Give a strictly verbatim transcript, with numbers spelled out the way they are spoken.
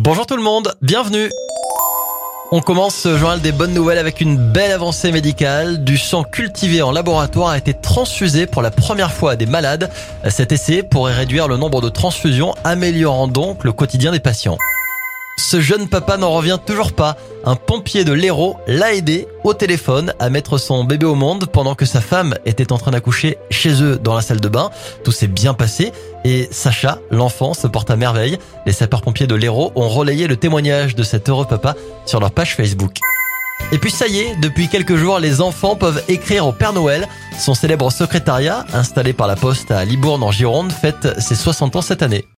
Bonjour tout le monde, bienvenue. On commence ce journal des bonnes nouvelles avec une belle avancée médicale. Du sang cultivé en laboratoire a été transfusé pour la première fois à des malades. Cet essai pourrait réduire le nombre de transfusions, améliorant donc le quotidien des patients. Ce jeune papa n'en revient toujours pas. Un pompier de l'Hérault l'a aidé au téléphone à mettre son bébé au monde pendant que sa femme était en train d'accoucher chez eux dans la salle de bain. Tout s'est bien passé et Sacha, l'enfant, se porte à merveille. Les sapeurs-pompiers de l'Hérault ont relayé le témoignage de cet heureux papa sur leur page Facebook. Et puis ça y est, depuis quelques jours, les enfants peuvent écrire au Père Noël. Son célèbre secrétariat, installé par la Poste à Libourne en Gironde, fête ses soixante ans cette année.